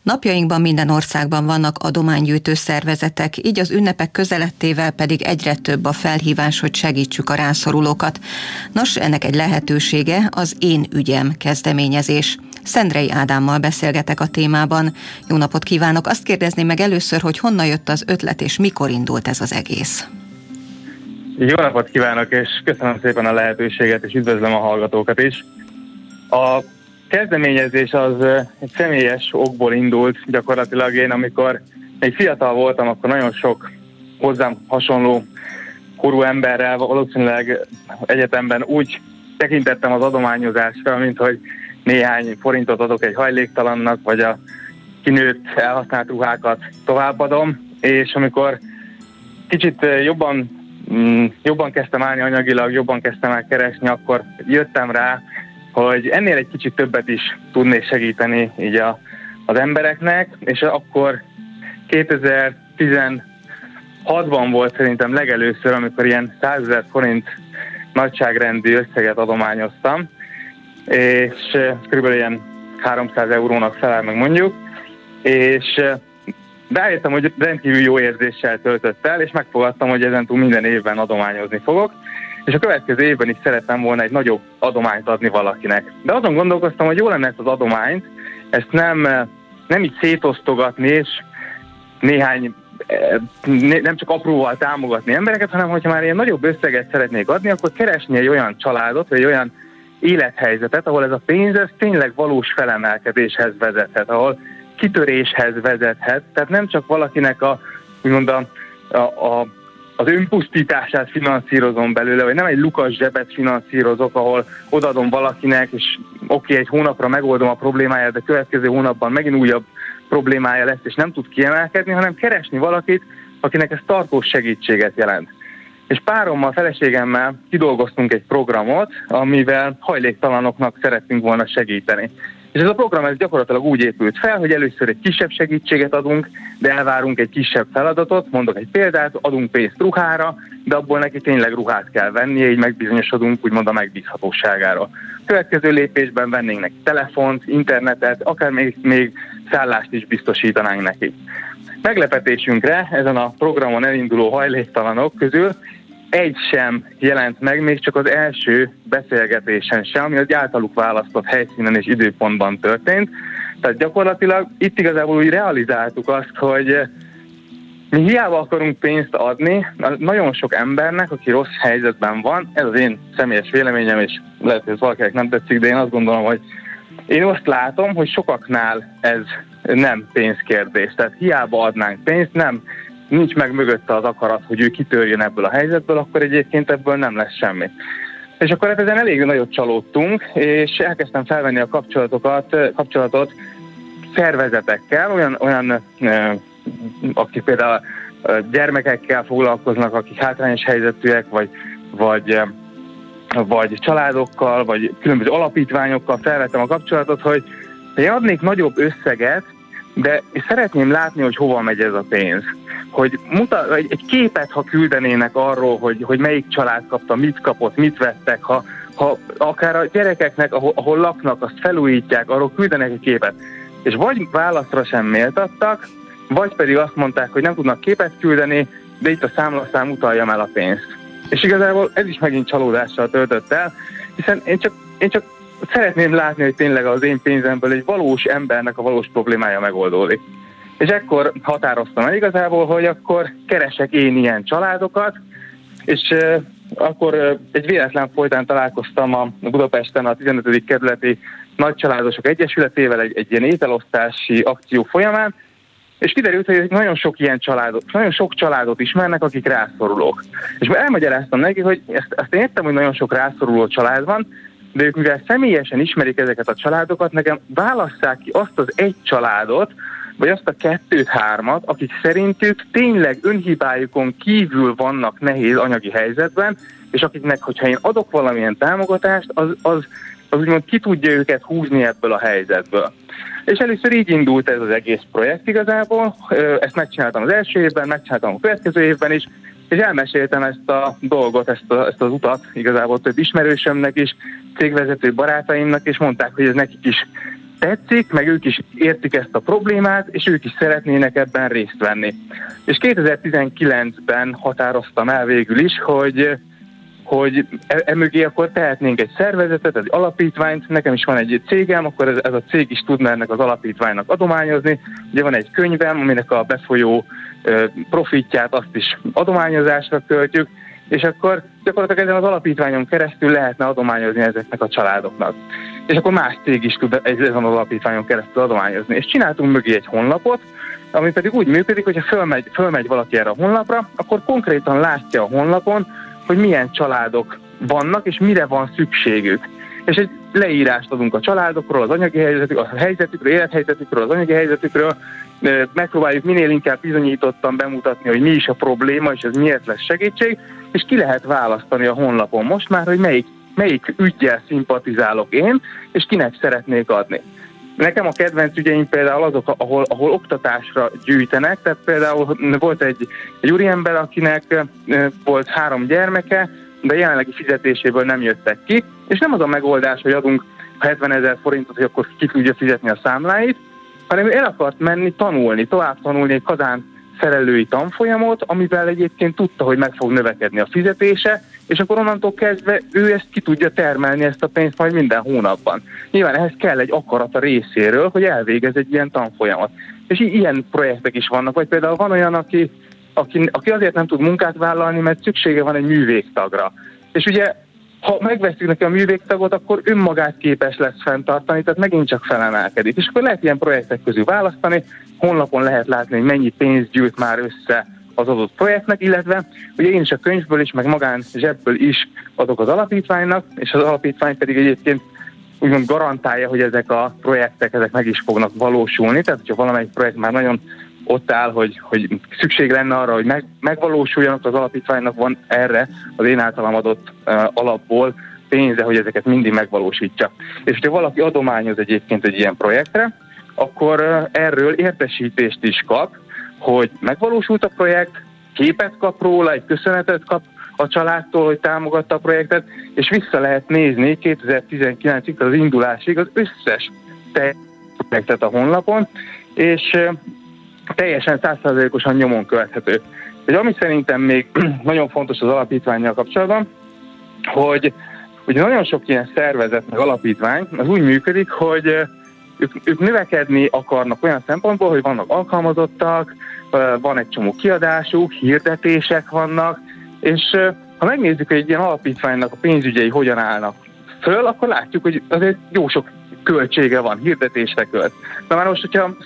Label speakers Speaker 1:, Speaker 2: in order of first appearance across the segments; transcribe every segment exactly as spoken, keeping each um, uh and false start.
Speaker 1: Napjainkban minden országban vannak adománygyűjtő szervezetek, így az ünnepek közelettével pedig egyre több a felhívás, hogy segítsük a rászorulókat. Nos, ennek egy lehetősége az Én ügyem kezdeményezés. Szendrei Ádámmal beszélgetek a témában. Jó napot kívánok! Azt kérdezném meg először, hogy honnan jött az ötlet, és mikor indult ez az egész?
Speaker 2: Jó napot kívánok, és köszönöm szépen a lehetőséget, és üdvözlöm a hallgatókat is. A kezdeményezés az egy személyes okból indult. Gyakorlatilag én, amikor még fiatal voltam, akkor nagyon sok hozzám hasonló korú emberrel, valószínűleg egyetemben úgy tekintettem az adományozásra, mint hogy néhány forintot adok egy hajléktalannak, vagy a kinőtt, elhasznált ruhákat továbbadom, és amikor kicsit jobban, jobban kezdtem állni anyagilag, jobban kezdtem el keresni, akkor jöttem rá, hogy ennél egy kicsit többet is tudnék segíteni így a, az embereknek, és akkor kétezer-tizenhatban volt szerintem legelőször, amikor ilyen százezer forint nagyságrendű összeget adományoztam, és körülbelül ilyen háromszáz eurónak felel meg mondjuk, és rájöttem, hogy rendkívül jó érzéssel töltött el, és megfogadtam, hogy ezentúl minden évben adományozni fogok, és a következő évben is szerettem volna egy nagyobb adományt adni valakinek. De azon gondolkoztam, hogy jó lenne ezt az adományt, ezt nem, nem így szétosztogatni, és néhány, nem csak apróval támogatni embereket, hanem hogyha már ilyen nagyobb összeget szeretnék adni, akkor keresni egy olyan családot, vagy egy olyan élethelyzetet, ahol ez a pénz ez tényleg valós felemelkedéshez vezethet, ahol kitöréshez vezethet, tehát nem csak valakinek a, úgymond a, a, a, az önpusztítását finanszírozom belőle, vagy nem egy lukas zsebet finanszírozok, ahol odaadom valakinek, és oké, okay, egy hónapra megoldom a problémáját, de következő hónapban megint újabb problémája lesz, és nem tud kiemelkedni, hanem keresni valakit, akinek ez tartós segítséget jelent. És párommal, feleségemmel kidolgoztunk egy programot, amivel hajléktalanoknak szerettünk volna segíteni. És ez a program ez gyakorlatilag úgy épült fel, hogy először egy kisebb segítséget adunk, de elvárunk egy kisebb feladatot, mondok egy példát, adunk pénzt ruhára, de abból neki tényleg ruhát kell vennie, így megbizonyosodunk úgymond a megbízhatóságáról. Következő lépésben vennénk neki telefont, internetet, akár még, még szállást is biztosítanánk neki. Meglepetésünkre ezen a programon elinduló hajléktalanok közül egy sem jelent meg, még csak az első beszélgetésen sem, ami az általuk választott helyszínen és időpontban történt. Tehát gyakorlatilag itt igazából úgy realizáltuk azt, hogy mi hiába akarunk pénzt adni, nagyon sok embernek, aki rossz helyzetben van, ez az én személyes véleményem, és lehet, hogy ez valakinek nem tetszik, de én azt gondolom, hogy én azt látom, hogy sokaknál ez nem pénzkérdés. Tehát hiába adnánk pénzt, nem, nincs meg mögötte az akarat, hogy ő kitörjön ebből a helyzetből, akkor egyébként ebből nem lesz semmi. És akkor hát ezen elég nagyot csalódtunk, és elkezdtem felvenni a kapcsolatokat, kapcsolatot szervezetekkel, olyan, olyan akik például gyermekekkel foglalkoznak, akik hátrányos helyzetűek, vagy, vagy, vagy családokkal, vagy különböző alapítványokkal felvettem a kapcsolatot, hogy én adnék nagyobb összeget, de szeretném látni, hogy hova megy ez a pénz. Hogy mutat, egy, egy képet, ha küldenének arról, hogy, hogy melyik család kapta, mit kapott, mit vettek, ha, ha akár a gyerekeknek, ahol, ahol laknak, azt felújítják, arról küldenek egy képet. És vagy válaszra sem méltattak, vagy pedig azt mondták, hogy nem tudnak képet küldeni, de itt a számlaszám utaljam el a pénzt. És igazából ez is megint csalódással töltött el, hiszen én csak, én csak szeretném látni, hogy tényleg az én pénzemből egy valós embernek a valós problémája megoldódik. És ekkor határoztam el igazából, hogy akkor keresek én ilyen családokat, és uh, akkor uh, egy véletlen folytán találkoztam a Budapesten a tizenötödik kerületi Nagycsaládosok Egyesületével egy, egy ilyen ételosztási akció folyamán, és kiderült, hogy nagyon sok ilyen családot, nagyon sok családot ismernek, akik rászorulók. És elmagyaráztam neki, hogy ezt, ezt én értem, hogy nagyon sok rászoruló család van, de ők mivel személyesen ismerik ezeket a családokat, nekem válasszák ki azt az egy családot, vagy azt a kettőt-hármat, akik szerintük tényleg önhibájukon kívül vannak nehéz anyagi helyzetben, és akiknek, hogyha én adok valamilyen támogatást, az, az, az úgymond ki tudja őket húzni ebből a helyzetből. És először így indult ez az egész projekt igazából, ezt megcsináltam az első évben, megcsináltam a következő évben is, és elmeséltem ezt a dolgot, ezt, a, ezt az utat igazából több ismerősömnek is, cégvezető barátaimnak, és mondták, hogy ez nekik is tetszik, meg ők is értik ezt a problémát, és ők is szeretnének ebben részt venni. És kétezer-tizenkilencben határoztam el végül is, hogy hogy emögé akkor tehetnénk egy szervezetet, egy alapítványt, nekem is van egy cégem, akkor ez, ez a cég is tudna ennek az alapítványnak adományozni. Ugye van egy könyvem, aminek a befolyó ö, profitját azt is adományozásra költjük, és akkor gyakorlatilag ezen az alapítványon keresztül lehetne adományozni ezeknek a családoknak. És akkor más cég is tud ezen az alapítványon keresztül adományozni. És csináltunk mögé egy honlapot, ami pedig úgy működik, hogyha fölmegy, fölmegy valaki erre a honlapra, akkor konkrétan látja a honlapon, hogy milyen családok vannak, és mire van szükségük. És egy leírást adunk a családokról, az anyagi helyzetükről, a helyzetükről, élethelyzetükről, az anyagi helyzetükről, megpróbáljuk minél inkább bizonyítottan bemutatni, hogy mi is a probléma, és ez miért lesz segítség, és ki lehet választani a honlapon most már, hogy melyik, melyik üggyel szimpatizálok én, és kinek szeretnék adni. Nekem a kedvenc ügyeim például azok, ahol, ahol oktatásra gyűjtenek, tehát például volt egy, egy úriember, akinek volt három gyermeke, de jelenlegi fizetéséből nem jöttek ki, és nem az a megoldás, hogy adunk hetvenezer forintot, hogy akkor ki tudja fizetni a számláit, hanem ő el akart menni tanulni, tovább tanulni egy kazán szerelői tanfolyamot, amivel egyébként tudta, hogy meg fog növekedni a fizetése, és akkor onnantól kezdve ő ezt ki tudja termelni, ezt a pénzt majd minden hónapban. Nyilván ehhez kell egy akarat a részéről, hogy elvégez egy ilyen tanfolyamot. És i- ilyen projektek is vannak, vagy például van olyan, aki, aki, aki azért nem tud munkát vállalni, mert szüksége van egy művégtagra. És ugye, ha megveszünk neki a művégtagot, akkor önmagát képes lesz fenntartani, tehát megint csak felemelkedik. És akkor lehet ilyen projektek közül választani, honlapon lehet látni, hogy mennyi pénzt gyűjt már össze az adott projektnek, illetve ugye én is a könyvből is, meg magán zsebből is adok az alapítványnak, és az alapítvány pedig egyébként úgymond garantálja, hogy ezek a projektek ezek meg is fognak valósulni, tehát hogyha valamelyik projekt már nagyon ott áll, hogy, hogy szükség lenne arra, hogy meg, megvalósuljanak, az alapítványnak van erre az én általam adott uh, alapból pénze, hogy ezeket mindig megvalósítsa. És hogyha valaki adományoz egyébként egy ilyen projektre, akkor uh, erről értesítést is kap, hogy megvalósult a projekt, képet kap róla, egy köszönetet kap a családtól, hogy támogatta a projektet, és vissza lehet nézni kétezer-tizenkilencig, az indulásig az összes projektet a honlapon, és uh, teljesen száz százalékosan nyomon követhető. És ami szerintem még nagyon fontos az alapítvánnyal kapcsolatban, hogy ugye nagyon sok ilyen szervezet, meg alapítvány, az úgy működik, hogy ők, ők növekedni akarnak olyan szempontból, hogy vannak alkalmazottak, van egy csomó kiadásuk, hirdetések vannak, és ha megnézzük, hogy egy ilyen alapítványnak a pénzügyei hogyan állnak föl, akkor látjuk, hogy azért jó sok költsége van, hirdetésre költ. Na már most, hogyha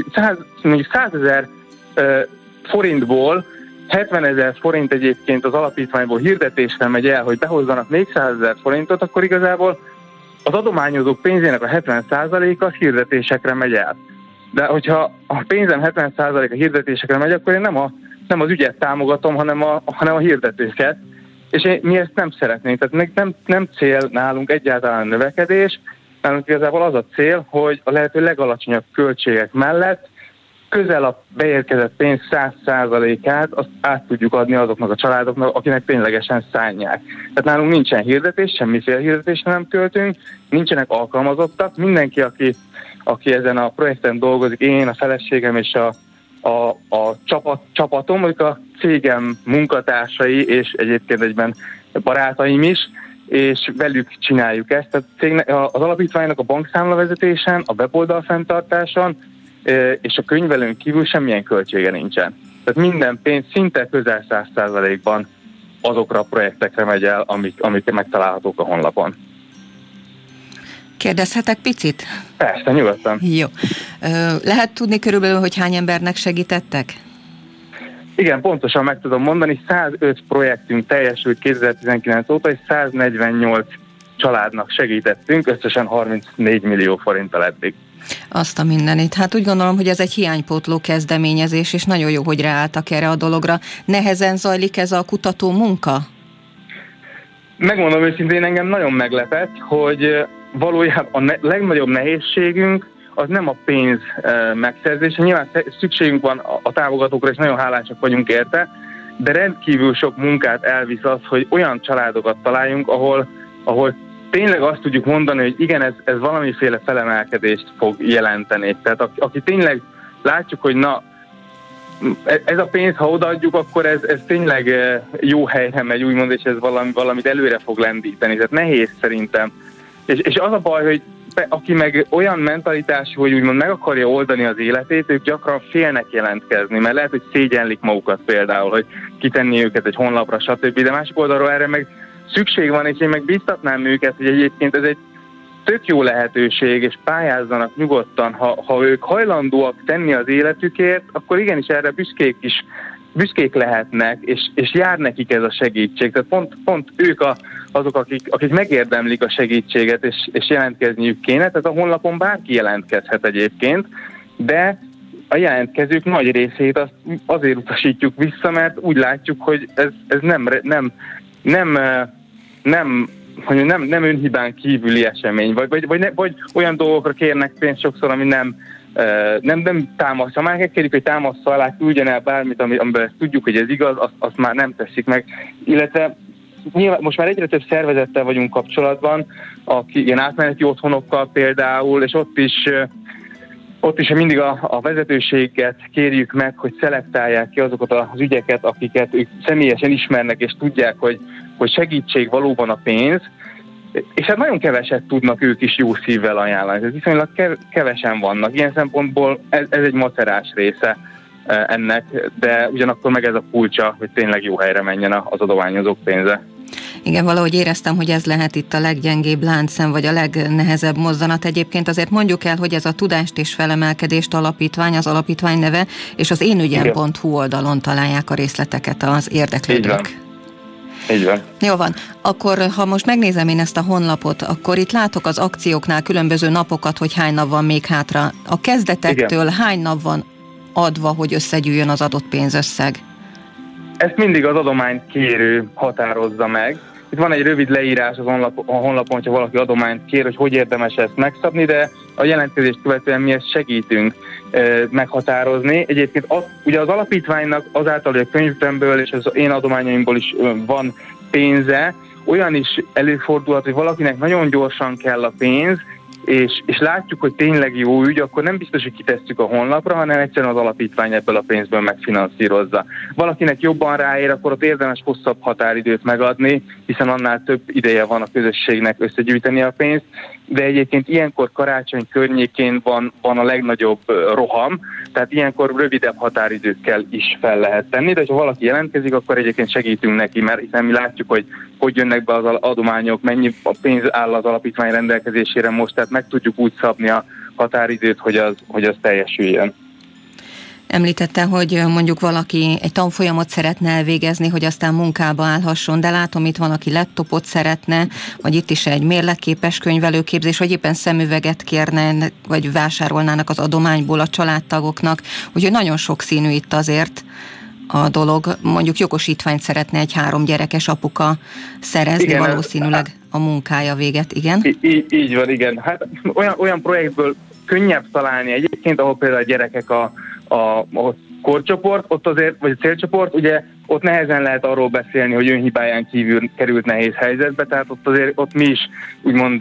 Speaker 2: százezer forintból hetvenezer forint egyébként az alapítványból hirdetésre megy el, hogy behozzanak még százezer forintot, akkor igazából az adományozók pénzének a hetven százaléka hirdetésekre megy el. De hogyha a pénzem hetven százaléka hirdetésekre megy, akkor én nem, a, nem az ügyet támogatom, hanem a, hanem a hirdetőket. És én, mi ezt nem szeretnénk. Tehát nem, nem cél nálunk egyáltalán a növekedés, nálunk igazából az a cél, hogy a lehető legalacsonyabb költségek mellett közel a beérkezett pénz száz százalékát azt át tudjuk adni azoknak a családoknak, akinek ténylegesen szánják. Tehát nálunk nincsen hirdetés, semmiféle hirdetésre nem költünk, nincsenek alkalmazottak, mindenki, aki, aki ezen a projekten dolgozik, én, a feleségem és a, a, a csapat, csapatom, ők a cégem munkatársai és egyébként egyben barátaim is, és velük csináljuk ezt. Tehát az alapítványnak a bankszámlavezetésen, a weboldal fenntartáson és a könyvelőn kívül semmilyen költsége nincsen. Tehát minden pénz szinte közel száz százalékban azokra a projektekre megy el, amik, amik megtalálhatók a honlapon.
Speaker 1: Kérdezhetek picit?
Speaker 2: Persze, nyugodtan.
Speaker 1: Jó. Lehet tudni körülbelül, hogy hány embernek segítettek?
Speaker 2: Igen, pontosan meg tudom mondani, százöt projektünk teljesült kétezer-tizenkilenc óta, és száznegyvennyolc családnak segítettünk, összesen harmincnégy millió forinttal eddig.
Speaker 1: Azt a mindenit. Hát úgy gondolom, hogy ez egy hiánypótló kezdeményezés, és nagyon jó, hogy ráálltak erre a dologra. Nehezen zajlik ez a kutató munka?
Speaker 2: Megmondom őszintén, engem nagyon meglepett, hogy valójában a ne- legnagyobb nehézségünk az nem a pénz e, megszerzése. Nyilván szükségünk van a támogatókra, és nagyon hálásak vagyunk érte, de rendkívül sok munkát elvisz az, hogy olyan családokat találjunk, ahol, ahol tényleg azt tudjuk mondani, hogy igen, ez, ez valamiféle felemelkedést fog jelenteni. Tehát aki, aki tényleg látjuk, hogy na, ez a pénz, ha odaadjuk, akkor ez, ez tényleg jó helyre megy, úgymond, és ez valami, valamit előre fog lendíteni. Tehát nehéz szerintem. És, és az a baj, hogy aki meg olyan mentalitású, hogy úgymond meg akarja oldani az életét, ők gyakran félnek jelentkezni, mert lehet, hogy szégyenlik magukat például, hogy kitenni őket egy honlapra, stb. De másik oldalról erre meg szükség van, és én meg biztatnám őket, hogy egyébként ez egy tök jó lehetőség, és pályázzanak nyugodtan. Ha, ha ők hajlandóak tenni az életükért, akkor igenis erre büszkék is, büszkék lehetnek, és, és jár nekik ez a segítség. Tehát pont, pont ők a, azok, akik, akik megérdemlik a segítséget, és, és jelentkezniük kéne. Tehát a honlapon bárki jelentkezhet egyébként, de a jelentkezők nagy részét azt azért utasítjuk vissza, mert úgy látjuk, hogy ez, ez nem, nem, nem, nem, hogy nem, nem önhibán kívüli esemény, vagy, vagy, vagy, ne, vagy olyan dolgokra kérnek pénzt sokszor, ami nem, nem, nem támasztja. Már megkérjük, hogy támasztva alá küldjen el bármit, amiben tudjuk, hogy ez igaz, azt, azt már nem teszik meg. Illetve nyilván most már egyre több szervezettel vagyunk kapcsolatban, aki ilyen átmeneti otthonokkal például, és ott is Ott is mindig a, a vezetőséget kérjük meg, hogy szelektálják ki azokat az ügyeket, akiket ők személyesen ismernek, és tudják, hogy, hogy segítség valóban a pénz, és hát nagyon keveset tudnak ők is jó szívvel ajánlani. Ez viszonylag kevesen vannak. Ilyen szempontból ez, ez egy macerás része ennek, de ugyanakkor meg ez a kulcsa, hogy tényleg jó helyre menjen az adományozók pénze.
Speaker 1: Igen, valahogy éreztem, hogy ez lehet itt a leggyengébb láncszem, vagy a legnehezebb mozzanat. Egyébként azért mondjuk el, hogy ez a Tudást és Felemelkedést Alapítvány, az alapítvány neve, és az énügyen pont hu oldalon találják a részleteket az érdeklődők.
Speaker 2: Így van. Így van.
Speaker 1: Jó van. Akkor, ha most megnézem én ezt a honlapot, akkor itt látok az akcióknál különböző napokat, hogy hány nap van még hátra. A kezdetektől igen. Hány nap van adva, hogy összegyűjjön az adott pénzösszeg?
Speaker 2: Ezt mindig az adományt kérő határozza meg. Itt van egy rövid leírás az honlapon, a honlapon, hogyha valaki adományt kér, hogy hogy érdemes ezt megszabni, de a jelentkezést követően mi ezt segítünk e, meghatározni. Egyébként az, ugye az alapítványnak azáltal, hogy a könyvtemből és az én adományaimból is e, van pénze, olyan is előfordulhat, hogy valakinek nagyon gyorsan kell a pénz, És, és látjuk, hogy tényleg jó ügy, akkor nem biztos, hogy kitesszük a honlapra, hanem egyszerűen az alapítvány ebből a pénzből megfinanszírozza. Valakinek jobban ráér, akkor ott érdemes hosszabb határidőt megadni, hiszen annál több ideje van a közösségnek összegyűjteni a pénzt, de egyébként ilyenkor karácsony környékén van, van a legnagyobb roham, tehát ilyenkor rövidebb határidőkkel is fel lehet tenni, de ha valaki jelentkezik, akkor egyébként segítünk neki, mert hiszen mi látjuk, hogy hogy jönnek be az adományok, mennyi a pénz áll az alapítvány rendelkezésére most, tehát meg tudjuk úgy szabni a határidőt, hogy az, hogy az teljesüljön.
Speaker 1: Említette, hogy mondjuk valaki egy tanfolyamot szeretne elvégezni, hogy aztán munkába állhasson, de látom, itt van, aki laptopot szeretne, vagy itt is egy mérlekképes könyvelőképzés, vagy éppen szemüveget kérne, vagy vásárolnának az adományból a családtagoknak, úgyhogy nagyon sokszínű itt azért a dolog. Mondjuk jogosítványt szeretne egy három gyerekes apuka szerezni, igen, valószínűleg a munkája véget, igen?
Speaker 2: Így, így van, igen. Hát olyan, olyan projektből könnyebb találni egyébként, ahol például a gyerekek a, a, a korcsoport, ott azért, vagy a célcsoport, ugye ott nehezen lehet arról beszélni, hogy önhibáján kívül került nehéz helyzetbe, tehát ott azért ott mi is úgymond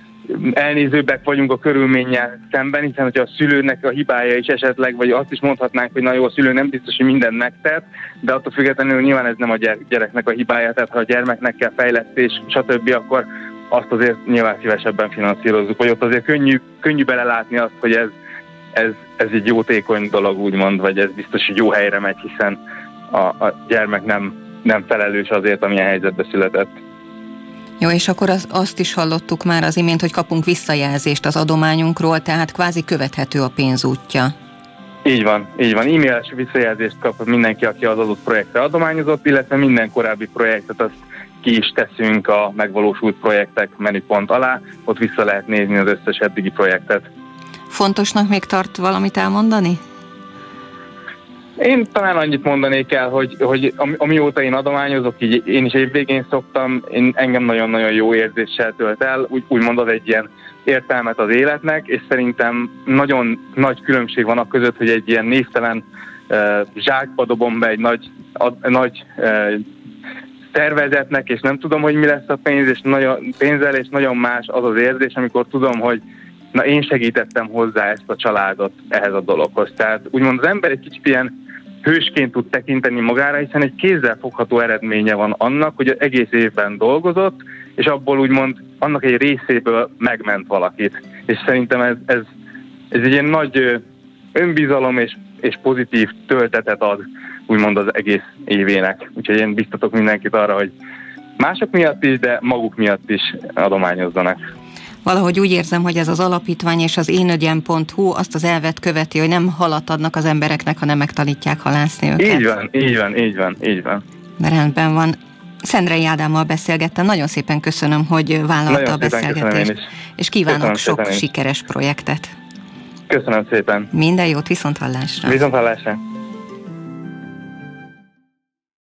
Speaker 2: elnézőbbek vagyunk a körülménnyel szemben, hiszen hogyha a szülőnek a hibája is esetleg, vagy azt is mondhatnánk, hogy na jó, a szülő nem biztos, hogy mindent megtett, de attól függetlenül nyilván ez nem a gyereknek a hibája, tehát ha a gyermeknek kell fejlesztés, stb., akkor azt azért nyilván szívesebben finanszírozzuk, vagy ott azért könnyű, könnyű belelátni azt, hogy ez, ez, ez egy jótékony dolog, úgymond, vagy ez biztos, hogy jó helyre megy, hiszen a, a gyermek nem, nem felelős azért, amilyen helyzetbe született.
Speaker 1: Jó, és akkor az, azt is hallottuk már az imént, hogy kapunk visszajelzést az adományunkról, tehát kvázi követhető a pénzútja. Így
Speaker 2: van, így van. E-mailes visszajelzést kap mindenki, aki az adott projektre adományozott, illetve minden korábbi projektet azt ki is teszünk a megvalósult projektek menüpont alá, ott vissza lehet nézni az összes eddigi projektet.
Speaker 1: Fontosnak még tart valamit elmondani?
Speaker 2: Én talán annyit mondanék el, hogy, hogy amióta én adományozok, így én is évvégén szoktam, én, engem nagyon-nagyon jó érzéssel tölt el, úgy, úgymond az egy ilyen értelmet az életnek, és szerintem nagyon nagy különbség van a között, hogy egy ilyen névtelen uh, zsákba dobom be egy nagy, a, nagy uh, szervezetnek, és nem tudom, hogy mi lesz a pénz, és nagyon, pénzzel, és nagyon más az az érzés, amikor tudom, hogy na én segítettem hozzá ezt a családot ehhez a dologhoz. Tehát úgymond az ember egy kicsit ilyen hősként tud tekinteni magára, hiszen egy kézzelfogható eredménye van annak, hogy egész évben dolgozott, és abból úgymond annak egy részéből megment valakit. És szerintem ez, ez, ez egy ilyen nagy önbizalom és, és pozitív töltetet ad úgymond az egész évének. Úgyhogy én biztatok mindenkit arra, hogy mások miatt is, de maguk miatt is adományozzanak.
Speaker 1: Valahogy úgy érzem, hogy ez az alapítvány és az énögyem pont hu azt az elvet követi, hogy nem halat adnak az embereknek, hanem megtanítják halászni őket.
Speaker 2: Így van, így van, így van, így van.
Speaker 1: De rendben van. Szendrei Ádámmal beszélgettem, nagyon szépen köszönöm, hogy vállalta a beszélgetést, és kívánok köszönöm sok sikeres projektet.
Speaker 2: Köszönöm szépen.
Speaker 1: Minden jót, viszonthallásra.
Speaker 2: Viszonthallásra.